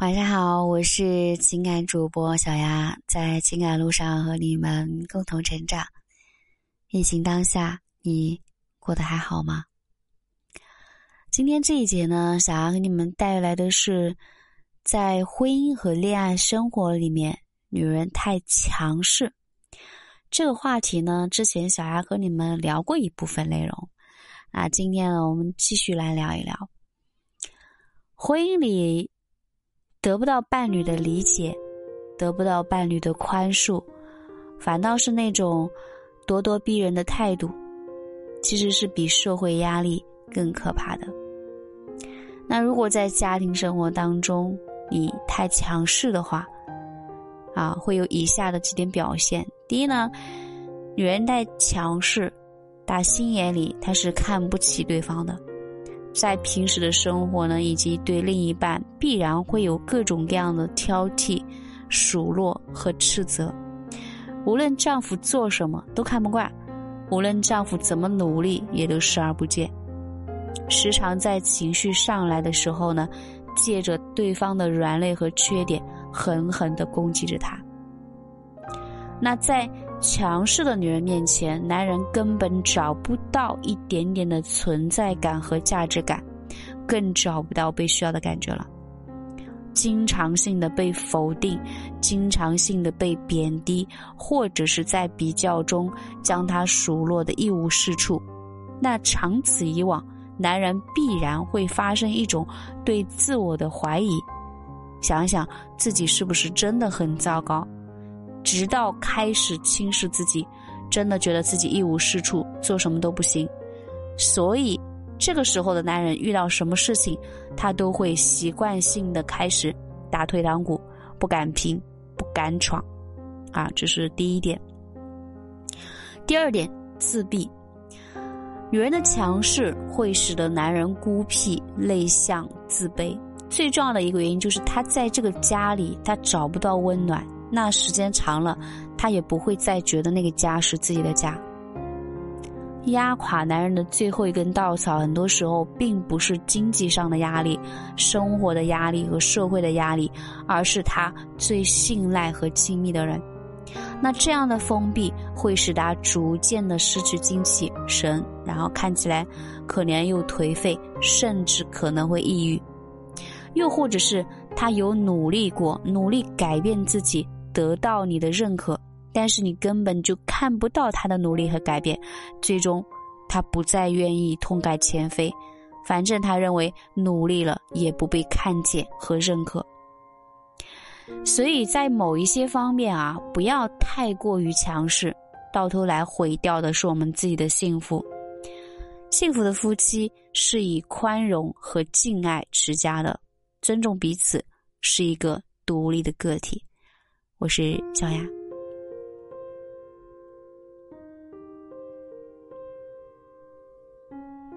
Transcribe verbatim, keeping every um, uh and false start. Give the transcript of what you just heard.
晚上好，我是情感主播小丫，在情感路上和你们共同成长。疫情当下，你过得还好吗？今天这一节呢，小丫给你们带来的是在婚姻和恋爱生活里面，女人太强势。这个话题呢，之前小丫和你们聊过一部分内容啊，今天呢，我们继续来聊一聊。婚姻里得不到伴侣的理解，得不到伴侣的宽恕，反倒是那种咄咄逼人的态度，其实是比社会压力更可怕的。那如果在家庭生活当中你太强势的话啊，会有以下的几点表现。第一呢，女人太强势，打心眼里她是看不起对方的，在平时的生活呢，以及对另一半必然会有各种各样的挑剔、数落和斥责。无论丈夫做什么都看不惯，无论丈夫怎么努力也都视而不见。时常在情绪上来的时候呢，借着对方的软肋和缺点，狠狠地攻击着他。那在强势的女人面前，男人根本找不到一点点的存在感和价值感，更找不到被需要的感觉了。经常性的被否定，经常性的被贬低，或者是在比较中将他数落的一无是处。那长此以往，男人必然会发生一种对自我的怀疑，想想自己是不是真的很糟糕，直到开始轻视自己，真的觉得自己一无是处，做什么都不行。所以这个时候的男人遇到什么事情，他都会习惯性的开始打退堂鼓，不敢拼，不敢闯啊，这是第一点。第二点，自闭。女人的强势会使得男人孤僻、内向、自卑。最重要的一个原因就是他在这个家里他找不到温暖，那时间长了，他也不会再觉得那个家是自己的家。压垮男人的最后一根稻草，很多时候并不是经济上的压力、生活的压力和社会的压力，而是他最信赖和亲密的人。那这样的封闭会使他逐渐的失去精气神，然后看起来可怜又颓废，甚至可能会抑郁。又或者是他有努力过，努力改变自己，得到你的认可，但是你根本就看不到他的努力和改变，最终他不再愿意痛改前非，反正他认为努力了也不被看见和认可。所以在某一些方面啊，不要太过于强势，到头来毁掉的是我们自己的幸福。幸福的夫妻是以宽容和敬爱持家的，尊重彼此，是一个独立的个体。我是小雅。